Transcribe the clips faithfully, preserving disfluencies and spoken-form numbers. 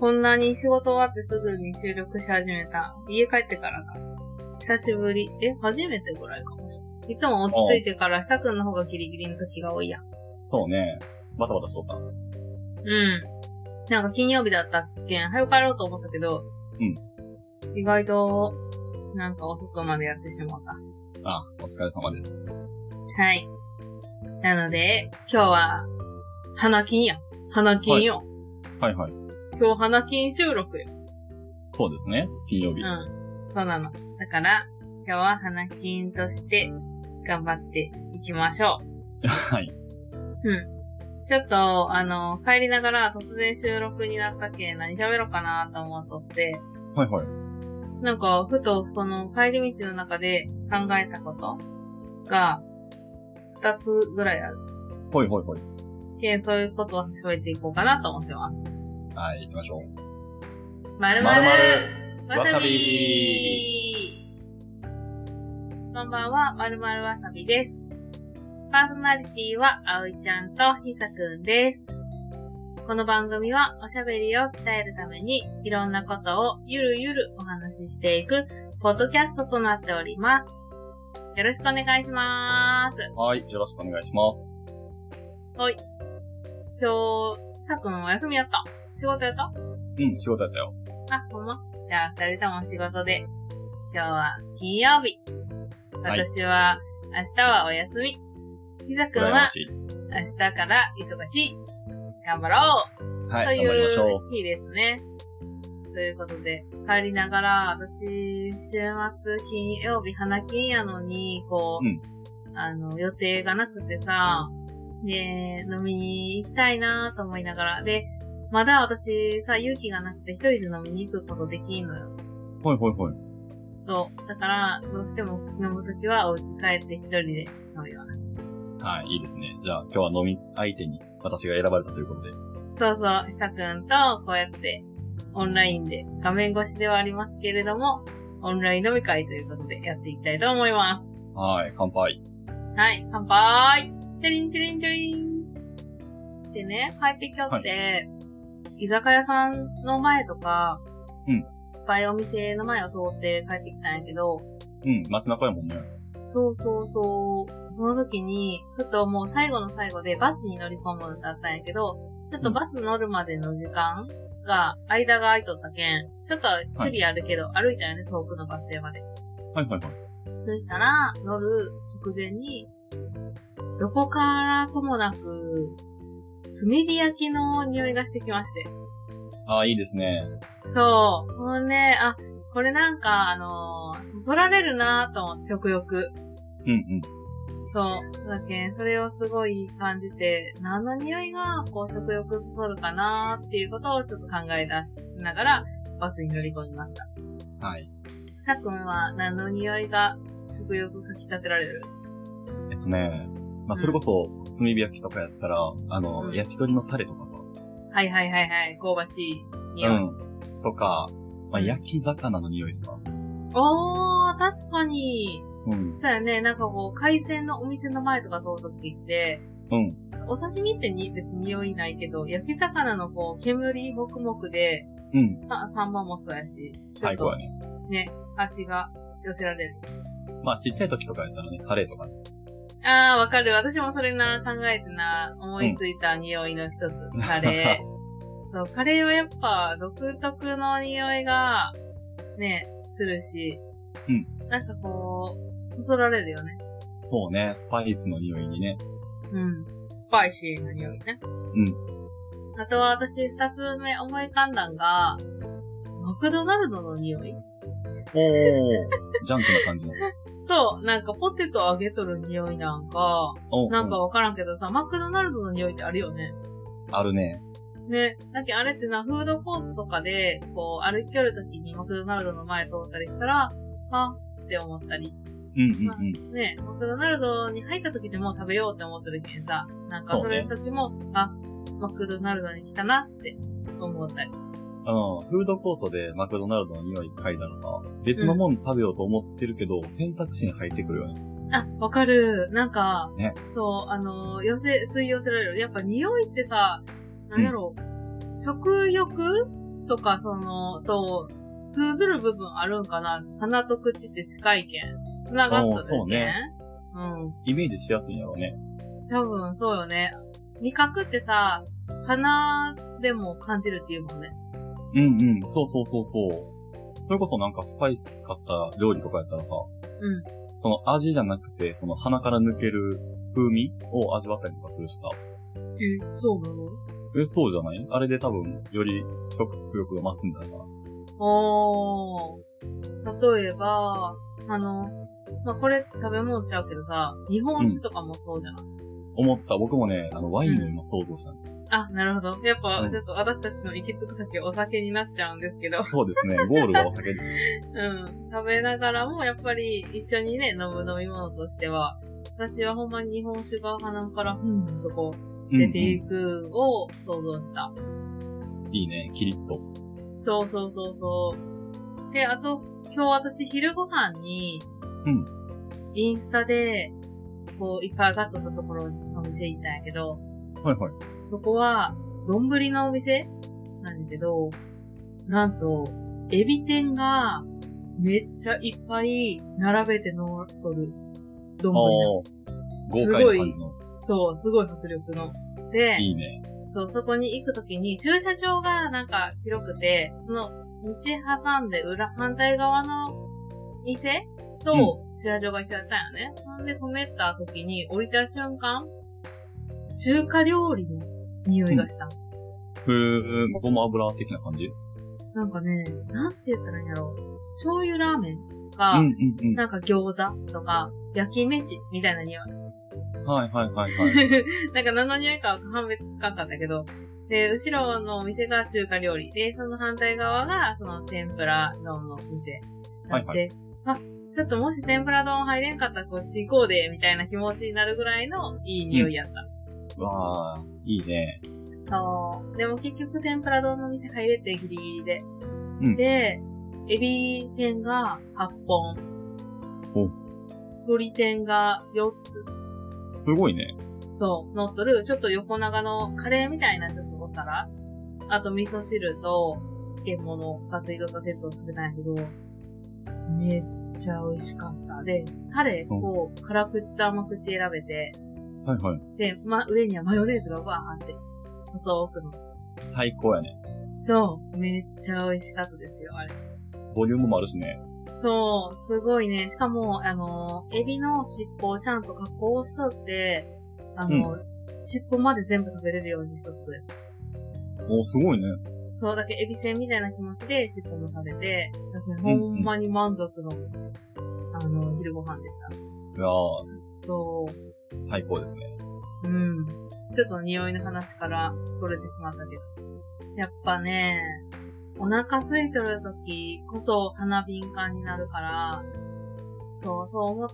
こんなに仕事終わってすぐに収録し始めた。家帰ってからか。久しぶり。え、初めてぐらいかもしれない。いつも落ち着いてから久くんの方がギリギリの時が多いやん。 そうね。バタバタしとった。 うん。なんか金曜日だったっけん、早く帰ろうと思ったけど、 うん。 意外と、なんか遅くまでやってしまった。 あ、お疲れ様です。 はい。なので、今日は、花金やん。花金よ。 はい、はい、はい。 今日花金収録よ。 そうですね。金曜日。 うん。そうなの。だから、今日は花金として頑張っていきましょう。はい。 うん。ちょっと、あの、帰りながら突然収録になったけん何喋ろうかなと思っとって。 はいはい。 なんか、ふと、この帰り道の中で考えたことが、二つぐらいある。 はいはいはい。 けん、そういうことを喋っていこうかなと思ってます。 はい、行きましょう。 まるまるわさびー。 こんばんは、まるまるわさびです。パーソナリティは、あおいちゃんとひさくんです。この番組は、おしゃべりを鍛えるために、いろんなことをゆるゆるお話ししていく、ポッドキャストとなっております。よろしくお願いします。 はい、よろしくお願いします。 はい。今日、さくんお休みやった？仕事やった？ うん、仕事やったよ。 あ、ほんま？じゃあ、二人とも仕事で。今日は金曜日。私は、明日はお休み。ひさくんは、明日から忙しい。頑張ろう。 はい、 とい頑張りましょう日ですね。ということで、帰りながら、私、週末、金曜日、花金やのに、こう、うん、あの、予定がなくてさ、で、飲みに行きたいなと思いながら、で、まだ私さ、勇気がなくて一人で飲みに行くことできんのよ。 はいはいはい。 そう。だから、どうしても飲むときはお家帰って一人で飲みます。 はい、いいですね。じゃあ今日は飲み相手に私が選ばれたということで。 そうそう、ひさくんとこうやってオンラインで、画面越しではありますけれども、オンライン飲み会ということでやっていきたいと思います。 はい、乾杯。 はい、乾杯。チャリンチャリンチャリン。でね、帰ってきよって、はい、居酒屋さんの前とか、 うん。 いっぱいお店の前を通って帰ってきたんやけど、 うん、街中やもんね。 そうそうそう。その時に、ふともう最後の最後でバスに乗り込むんだったんやけど、ちょっとバス乗るまでの時間が、間が空いとったけん、ちょっと距離あるけど、はい、歩いたよね、遠くのバス停まで。 はいはいはい。 そしたら、乗る直前に、どこからともなく、炭火焼きの匂いがしてきまして。 ああ、いいですね。 そう。もうね、あ、これなんか、あのー、そそられるなぁと思って、食欲。 うんうん。 そう。だけん、それをすごい感じて、何の匂いが、こう、食欲そそるかなーっていうことをちょっと考え出しながら、バスに乗り込みました。 はい。 さくんは何の匂いが食欲かき立てられる？ えっとね、まあ、それこそ、炭火焼きとかやったら、あの、うん、焼き鳥のタレとかさ。 はいはいはいはい、香ばしい匂い。 うん。とか、まあ、焼き魚の匂いとか。 あー、確かに。 うん。 そうやね、なんかこう、海鮮のお店の前とか通った時って、 うん。 お刺身ってに別に匂いないけど、焼き魚のこう、煙もくもくで、 うん。 サンマもそうやし。 最高やね。 ね、足が寄せられる。 まあ、ちっちゃい時とかやったらね、カレーとかね。 あー、わかる。私もそれな、考えてな、思いついた匂いの一つ、うん、カレー。そう、カレーはやっぱ、独特の匂いが、ね、するし、 うん。 なんかこう、そそられるよね。 そうね、スパイスの匂いにね。 うん。スパイシーな匂いね。 うん。 あとは私、二つ目思い浮かんだんが、マクドナルドの匂い？ おー、ジャンクな感じの。 そう、なんかポテト揚げとる匂いなんか、なんかわからんけどさ、うん、マクドナルドの匂いってあるよね。 あるね。 ね。だけどあれってな、フードコートとかで、こう、歩き寄るときにマクドナルドの前通ったりしたら、あって思ったり。 うんうんうん。まあ、ね、マクドナルドに入ったときでもう食べようって思ってるけんさ、なんかそれのときも、ね、あ、マクドナルドに来たなって思ったり。 うん。フードコートでマクドナルドの匂い嗅いだらさ、別のもの食べようと思ってるけど、うん、選択肢に入ってくるよね。 あ、わかる。なんか、 ね。 そう、あの、寄せ、吸い寄せられる。やっぱ匂いってさ、なんやろ、うん、食欲とか、その、と、通ずる部分あるんかな。鼻と口って近いけん。繋がっとるけん。 そうね。 うん。 イメージしやすいんやろうね。 多分、そうよね。味覚ってさ、鼻でも感じるっていうもんね。 うんうん。そうそうそうそう。それこそなんかスパイス使った料理とかやったらさ、 うん。 その味じゃなくて、その鼻から抜ける風味を味わったりとかするしさ。 え、そうなの？ え、そうじゃない？あれで多分、より食欲が増すんじゃないかな。 おー。例えば、あの、まあ、これ食べ物ちゃうけどさ、日本酒とかもそうじゃない？ 思った。僕もね、あの、ワインを今想像したの。 あ、なるほど。やっぱ、 うんちょっと私たちの行き着く先はお酒になっちゃうんですけど。 そうですね。ゴールがお酒ですね。 うん。食べながらも、やっぱり一緒にね、飲む飲み物としては、私はほんまに日本酒が鼻から、ふんとこう、出ていくを想像した。 うんうん、いいね。キリッと。 そうそうそうそう。で、あと、今日私昼ご飯に、 うん。 インスタで、こう、いっぱい上がっとったところのお店行ったんやけど、 はいはい。 そこは、丼のお店なんだけど、なんと、エビ天がめっちゃいっぱい並べて乗っとる丼なの。 豪快な感じの。 そう、すごい迫力の。で、 いいね。 そう、そこに行くときに駐車場がなんか広くて、その道挟んで裏、反対側の店と駐車場が一緒だったんよね。ほんで止めたときに降りた瞬間、中華料理の匂いがした。 ふー、ごま油的な感じ？ なんかね、なんて言ったらいいんやろう。醤油ラーメンとか、 うんうんうん。 なんか餃子とか、焼き飯みたいな匂い。 はいはいはいはい。 なんか何の匂いかは判別つかんかったけど、で、後ろのお店が中華料理で、その反対側がその天ぷら丼の店だって、はいはい、あ、ちょっともし天ぷら丼入れんかったらこっち行こうで、みたいな気持ちになるぐらいのいい匂いやった。 うん、わー、いいね。 そう。でも結局天ぷら丼の店入れてギリギリで。 うん、 で、エビ天がはっぽん。 お。 鶏天がよっつ。 すごいね。 そう、乗っとる、ちょっと横長のカレーみたいなちょっとお皿。あと味噌汁と漬物がついとったセットを食べたんやけど、めっちゃ美味しかった。で、タレを辛口と甘口選べて、 はいはい。 で、ま、上にはマヨネーズがわーって、細くの。 最高やね。 そう、めっちゃ美味しかったですよ、あれ。 ボリュームもあるしね。 そう、すごいね。しかも、あの、エビの尻尾をちゃんと加工しとって、あの、うん、尻尾まで全部食べれるようにしとってくれた。 おー、すごいね。 そう、だけエビせんみたいな気持ちで尻尾も食べて、だけほんまに満足の、うんうん、あの、昼ご飯でした。いやー。 そう。 最高ですね。 うん。ちょっと匂いの話からそれてしまったけど。やっぱね、お腹空いとる時こそ鼻敏感になるから、そう、そう思って、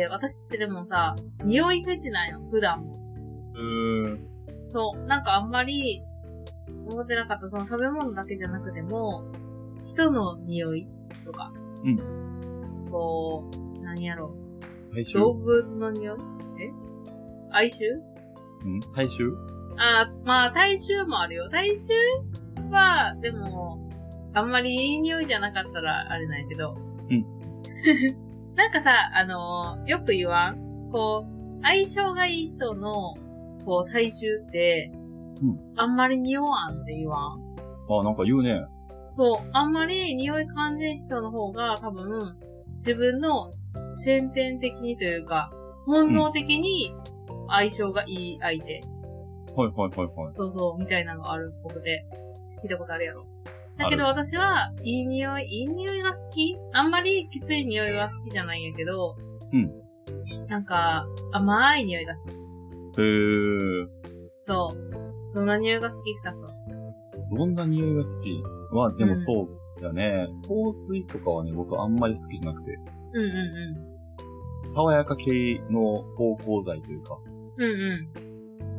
私ってでもさ、匂いフェチなんよ、普段も。 うーん。 そう、なんかあんまり思ってなかった、その食べ物だけじゃなくても、人の匂いとか。 うん。 こう、何やろ体臭？ 動物の匂い？え？哀臭？ うん？体臭？ あー、まあ、体臭もあるよ。体臭は、でも、あんまりいい匂いじゃなかったらあれないけど。 うん。 なんかさ、あのー、よく言わん？こう、相性がいい人の、こう、体臭って、うん。あんまり匂わんって言わん？ あ、なんか言うね。 そう。あんまり匂い感じん人の方が多分、自分の先天的にというか、本能的に相性がいい相手。 うん、はいはいはいはい。 そうそう、みたいなのがあるっぽくて、聞いたことあるやろ。だけど私は、いい匂い、いい匂いが好き？あんまりきつい匂いは好きじゃないんやけど、 うん。 なんか、甘い匂いが好き。 へー。 そう。どんな匂いが好きさと。 どんな匂いが好きは、でもそうだね、うん。香水とかはね、僕あんまり好きじゃなくて。 うんうんうん。 爽やか系の芳香剤というか。 うんうん。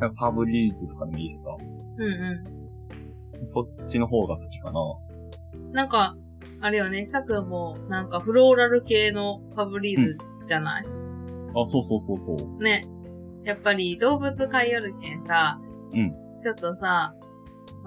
なんかファブリーズとかでもいいしさ。 うんうん。 そっちの方が好きかな。 なんか、あれよね、さくも、なんかフローラル系のファブリーズじゃない？うん、 あ、そうそうそうそう。 ね。やっぱり動物飼いよるけんさ、 うん。 ちょっとさ、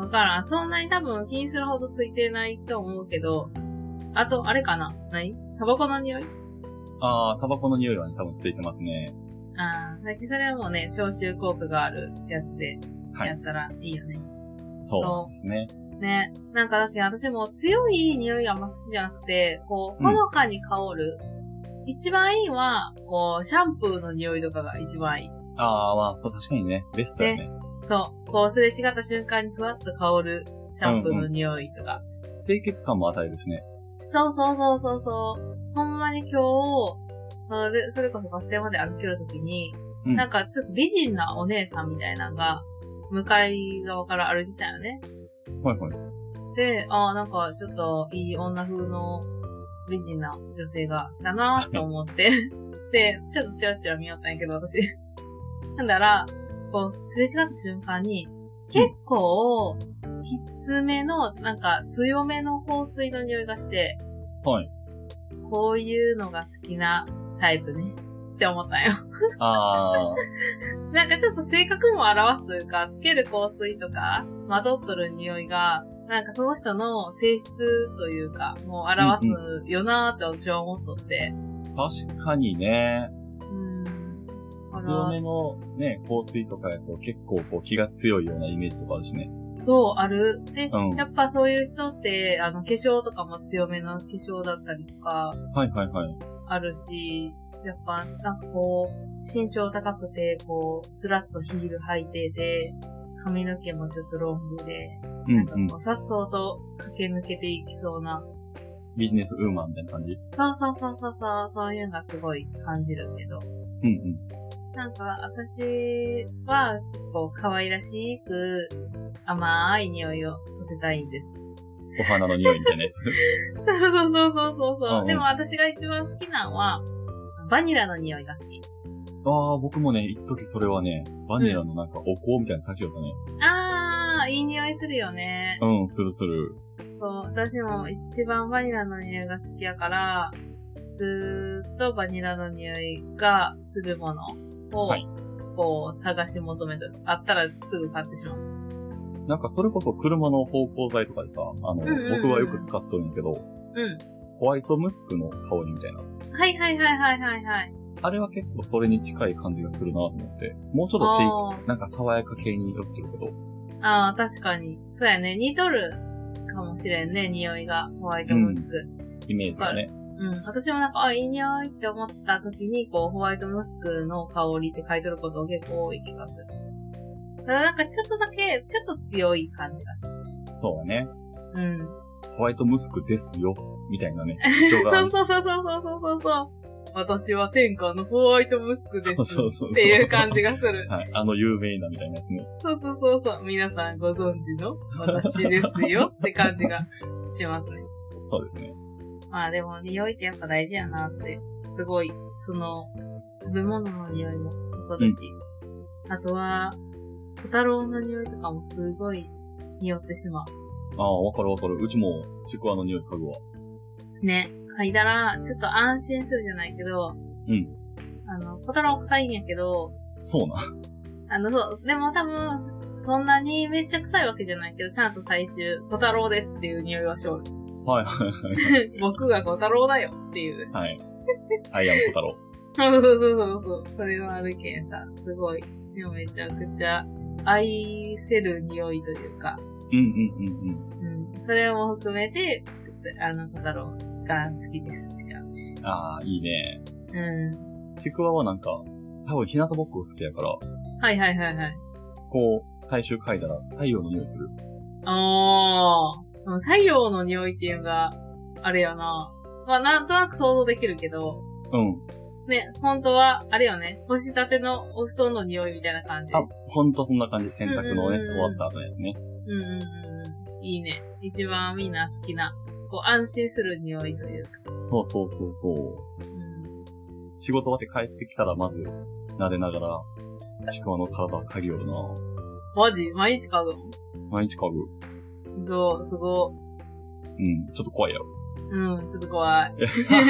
わからん。そんなに多分気にするほどついてないと思うけど、あと、あれかな何タバコの匂いああ、タバコの匂いはね、多分ついてますね。 ああ、だけどそれはもうね、消臭効果があるやつで、 はい。 やったらいいよね。 そうなんですね。 ね。なんかだけど私も強い匂いがあんま好きじゃなくて、こう、 うんほのかに香る。一番いいのは、こう、シャンプーの匂いとかが一番いい。 ああ、まあ、そう、確かにね、ベストやね。 そう。こう、すれ違った瞬間にふわっと香るシャンプーの匂いとか。 うんうん、清潔感も与えるしね。 そうそうそうそうそう。ほんまに今日、それそれこそバス停まで歩けるときに、うん、なんかちょっと美人なお姉さんみたいなのが、向かい側から歩いてきたよね。 はいはい。 で、ああ、なんかちょっといい女風の美人な女性が来たなーと思って、で、ちょっとチラチラ見よったんやけど、私。なんだら、こう、すれ違った瞬間に、結構、きつめの、なんか強めの香水の匂いがして、 はい。 こういうのが好きなタイプね。って思ったんよ。 ああ。 なんかちょっと性格も表すというか、つける香水とか、まとっとる匂いが、なんかその人の性質というか、もう表すよなーって私は思っとって。 うんうん、確かにね。 うん。 強めのね、香水とかやと結構こう気が強いようなイメージとかあるしね。 そう、ある。で、 うん、 やっぱそういう人って、あの、化粧とかも強めの化粧だったりとか、 はいはいはい。 あるし、やっぱ、なんかこう、身長高くて、こう、スラッとヒール履いてて、髪の毛もちょっとロングで、 うんうん、 なんかこう、さっそうと駆け抜けていきそうな。 ビジネスウーマンみたいな感じ？ そうそうそうそうそう、そういうのがすごい感じるけど。 うんうん。 なんか、私は、ちょっとこう、可愛らしく、甘い匂いをさせたいんです。 お花の匂いみたいなやつ。 そうそうそうそうそう。 うんうん、 でも私が一番好きなのは、バニラの匂いが好き。 ああ、僕もね、一時それはね、バニラのなんかお香みたいな炊きよったね。 うん、ああ、いい匂いするよね。 うん、するする。 そう、私も一番バニラの匂いが好きやから、ずーっとバニラの匂いがするものを、はい、こう、探し求めてる。あったらすぐ買ってしまう。 なんかそれこそ車の芳香剤とかでさ、あの、うんうんうん、僕はよく使っとるんやけど、 うん。 ホワイトムスクの香りみたいな。 はいはいはいはいはいはい。 あれは結構それに近い感じがするなと思って。もうちょっとせい、なんか爽やか系に寄ってるけど。 ああ、確かに。そうやね。似とるかもしれんね、匂いが。ホワイトムスク。 うん、イメージがね。 うん。私もなんか、あ、いい匂いって思った時に、こう、ホワイトムスクの香りって書いてること結構多い気がする。ただなんかちょっとだけ、ちょっと強い感じがする。 そうだね。 うん。 ホワイトムスクですよ、みたいなね。主張がそうそうそうそうそうそうそう。私は天下のホワイトムスクです。そうそうそう。っていう感じがする。 はい。あの有名なみたいなやつね。 そうそうそうそう。皆さんご存知の私ですよって感じがしますね。 そうですね。 まあでも匂いってやっぱ大事やなって、すごい、その、食べ物の匂いもそそるし、うん、あとは、小太郎の匂いとかもすごい匂ってしまう。 ああ、わかるわかる。うちもちくわの匂い嗅ぐわ。 ね、嗅いだら、ちょっと安心するじゃないけど、 うん。 あの、小太郎臭いんやけど、 そうな。 あの、そう、でも多分、そんなにめっちゃ臭いわけじゃないけど、ちゃんと最終、小太郎ですっていう匂いはしょる。 はいはいはい。 僕が小太郎だよっていう。 はい。アイアム小太郎。 そうそうそうそう。それはあるけんさ、すごい。でもめちゃくちゃ愛せる匂いというか。 うんうんうんうん。うん。それも含めて、あの小太郎が好きですって感じ。 ああ、いいね。 うん。 ちくわはなんか、多分日向ぼっこ好きやから。 はいはいはいはい。 こう、体臭嗅いだら太陽の匂いする。 ああ。太陽の匂いっていうのが、あれやな。まあ、なんとなく想像できるけど。 うん。 ね、本当は、あれよね。干したてのお布団の匂いみたいな感じ。 あ、ほんとそんな感じ。洗濯のね、終わった後のやつね。 うんうんうん。いいね。一番みんな好きな、こう、安心する匂いというか。 そうそうそうそう。うん、仕事終わって帰ってきたら、まず、撫でながら、ちくわの体を嗅ぎよるな。 マジ毎日嗅ぐの？ 毎日嗅ぐ。 そう、すごい。うん、ちょっと怖いやろ。 うん、ちょっと怖い。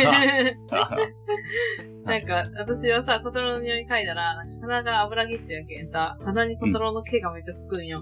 なんか、私はさ、小太郎の匂い嗅いだら、なんか鼻が油ぎっしゅやけんさ、鼻に小太郎の毛がめっちゃつくんよ。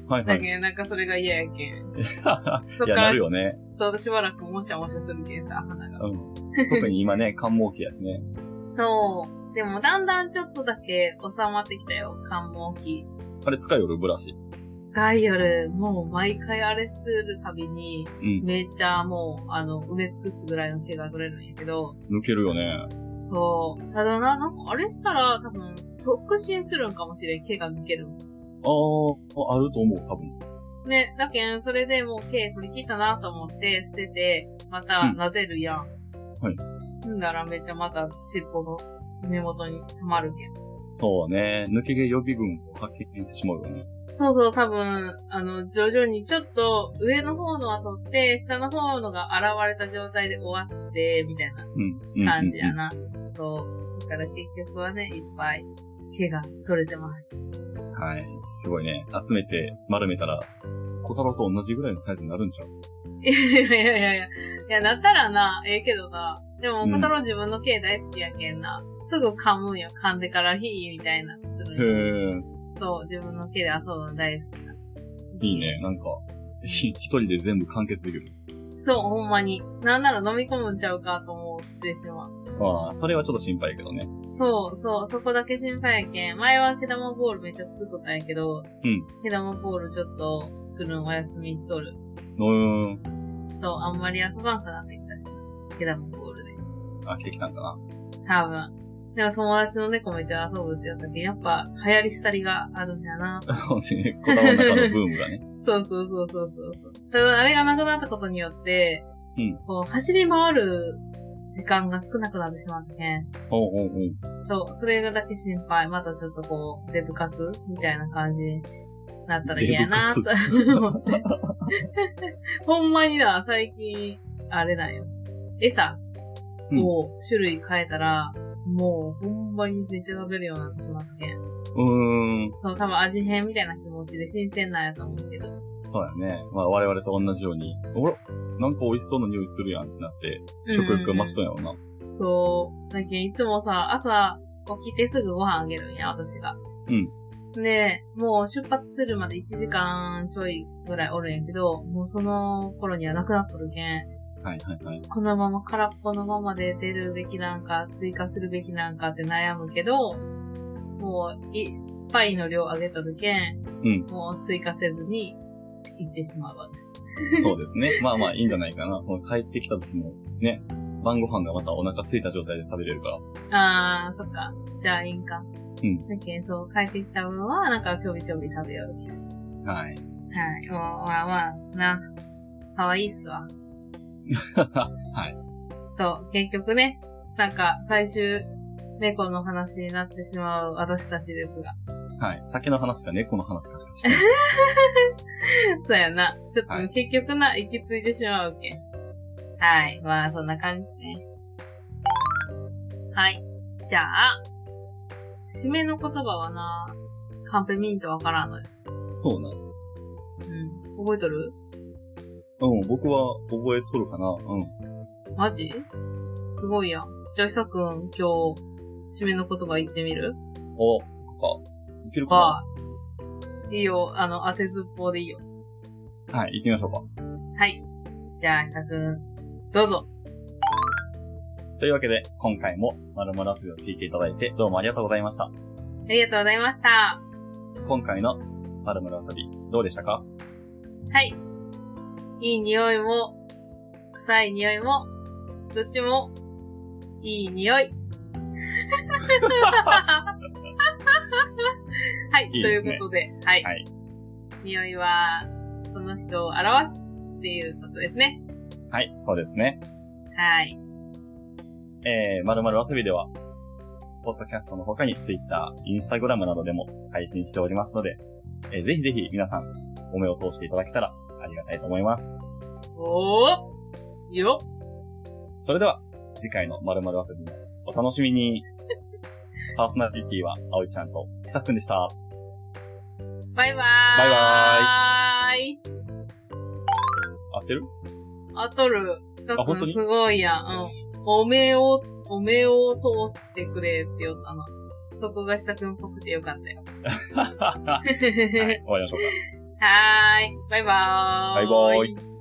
はいはい。 だけど、なんかそれが嫌やけん。 いや、 そっからなるよね。 そう、しばらくもしゃもしゃするけんさ、鼻が。 うん。特に今ね、寒毛期やしね。 そう。でも、だんだんちょっとだけ収まってきたよ、寒毛期。 あれ使いよるブラシ。 使いよる、もう毎回あれするたびに、 うん。 めっちゃもう、あの、埋め尽くすぐらいの毛が取れるんやけど、 抜けるよね。 そう。ただな、なんかあれしたら多分、促進するんかもしれん、毛が抜ける。 ああ、あると思う、多分。 ね、だけん、それでもう毛取り切ったなと思って捨てて、また撫でるやん。 はい。 んだらめっちゃまた尻尾の根元に溜まるけん。 そうね。抜け毛予備軍を発見してしまうよね。 そうそう、多分、あの、徐々にちょっと上の方のは取って、下の方のが現れた状態で終わって、みたいなうん。 感じやな。そう。だから結局はね、いっぱい毛が取れてます。 はい。すごいね。集めて丸めたら、小太郎と同じぐらいのサイズになるんちゃう？ いやいやいやいや。いや、なったらな、ええけどな。でも、小太郎自分の毛大好きやけんな。すぐ噛むんよ。噛んでからヒーみたいな、するんよ。 へー。 そう、自分の毛で遊ぶの大好きな。 いいね。なんか、ひ一人で全部完結できる。 そう、ほんまに。なんなら飲み込むんちゃうかと思ってしまう。 まあ、それはちょっと心配やけどね。 そう、そう、そこだけ心配やけん。前は毛玉ボールめっちゃ作っとったんやけど、 うん。 毛玉ボールちょっと作るのお休みしとる。 うーん。 そう、あんまり遊ばんくなってきたし、毛玉ボールで。 あ、来てきたんかな。 多分。でも友達の猫めっちゃ遊ぶって言ったけど、やっぱ流行り廃りがあるんだな。 そうね。小太郎の中のブームがね。 そうそうそうそうそうそう。ただあれがなくなったことによって、 うん。 こう、走り回る時間が少なくなってしまってね。 おうおうおう。 そう、それがだけ心配。またちょっとこう、デブ活みたいな感じになったら嫌やなと思って。ほんまにな、最近、あれなんよ。餌を種類変えたら、うん、もうほんまにめっちゃ食べるようになってしまったけん。 うーん。 そう、多分味変みたいな気持ちで新鮮なんやと思うけど。 そうやね。まあ我々と同じように、おら、なんか美味しそうな匂いするやんってなって、食欲が増しとんやろうな。 そう。だけどいつもさ、朝起きてすぐご飯あげるんや、私が。うん。で、もう出発するまでいちじかんちょいぐらいおるんやけど、もうその頃にはなくなっとるけん。 はいはいはい。 このまま空っぽのままで出るべきなんか、追加するべきなんかって悩むけど、もういっぱいの量あげとるけん、 うん。 もう追加せずに行ってしまう私。そうですね。まあまあいいんじゃないかな。その帰ってきた時のね、晩ご飯がまたお腹空いた状態で食べれるから。 あー、そっか。じゃあいいんか。 うん。 だけど、そう、帰ってきた分は、なんかちょびちょび食べよるけど。 はい。はい。 もう、まあまあ、な、かわいいっすわ。 はい。 そう、結局ね、なんか、最終、猫の話になってしまう私たちですが。 はい。酒の話か猫の話かしかしてない。 そうやな。ちょっと、 はい、 結局な、行き着いてしまうけん。はい。まあ、そんな感じですね。はい。じゃあ、締めの言葉はな、カンペミントわからんのよ。 そうな。 うん。覚えとる？ うん、僕は覚えとるかな。うん。 マジ？すごいやん。じゃあ、ひさくん、今日、締めの言葉言ってみる？ お、か。いけるかな？ ああ。いいよ。あの、当てずっぽうでいいよ。 はい、行ってみましょうか。 はい。じゃあ、ひさくん、どうぞ。 というわけで、今回も、まるまる遊びを聞いていただいて、どうもありがとうございました。ありがとうございました。 今回の、まるまる遊び、どうでしたか？ はい。いい匂いも、臭い匂いも、どっちも、いい匂い。はい、いいですね、ということで、はい。はい。匂いは、その人を表すっていうことですね。 はい、そうですね。 はい。 えー、まるまる遊びでは、ポッドキャストの他に Twitter、Instagram などでも配信しておりますので、えー、ぜひぜひ皆さん、お目を通していただけたらありがたいと思います。 おーよそれでは、次回のまるまる遊びもお楽しみに。パーソナリティは、あおいちゃんとひさくんでした。 バイバーイ。バイバーイ。合ってる？ 合っとる。ひさくんすごいやん。うん。お目を、お目を通してくれって言ったな。そこがひさくんっぽくてよかったよ。 はい、終わりましょうはーい。バイバーイ。 バイバーイ。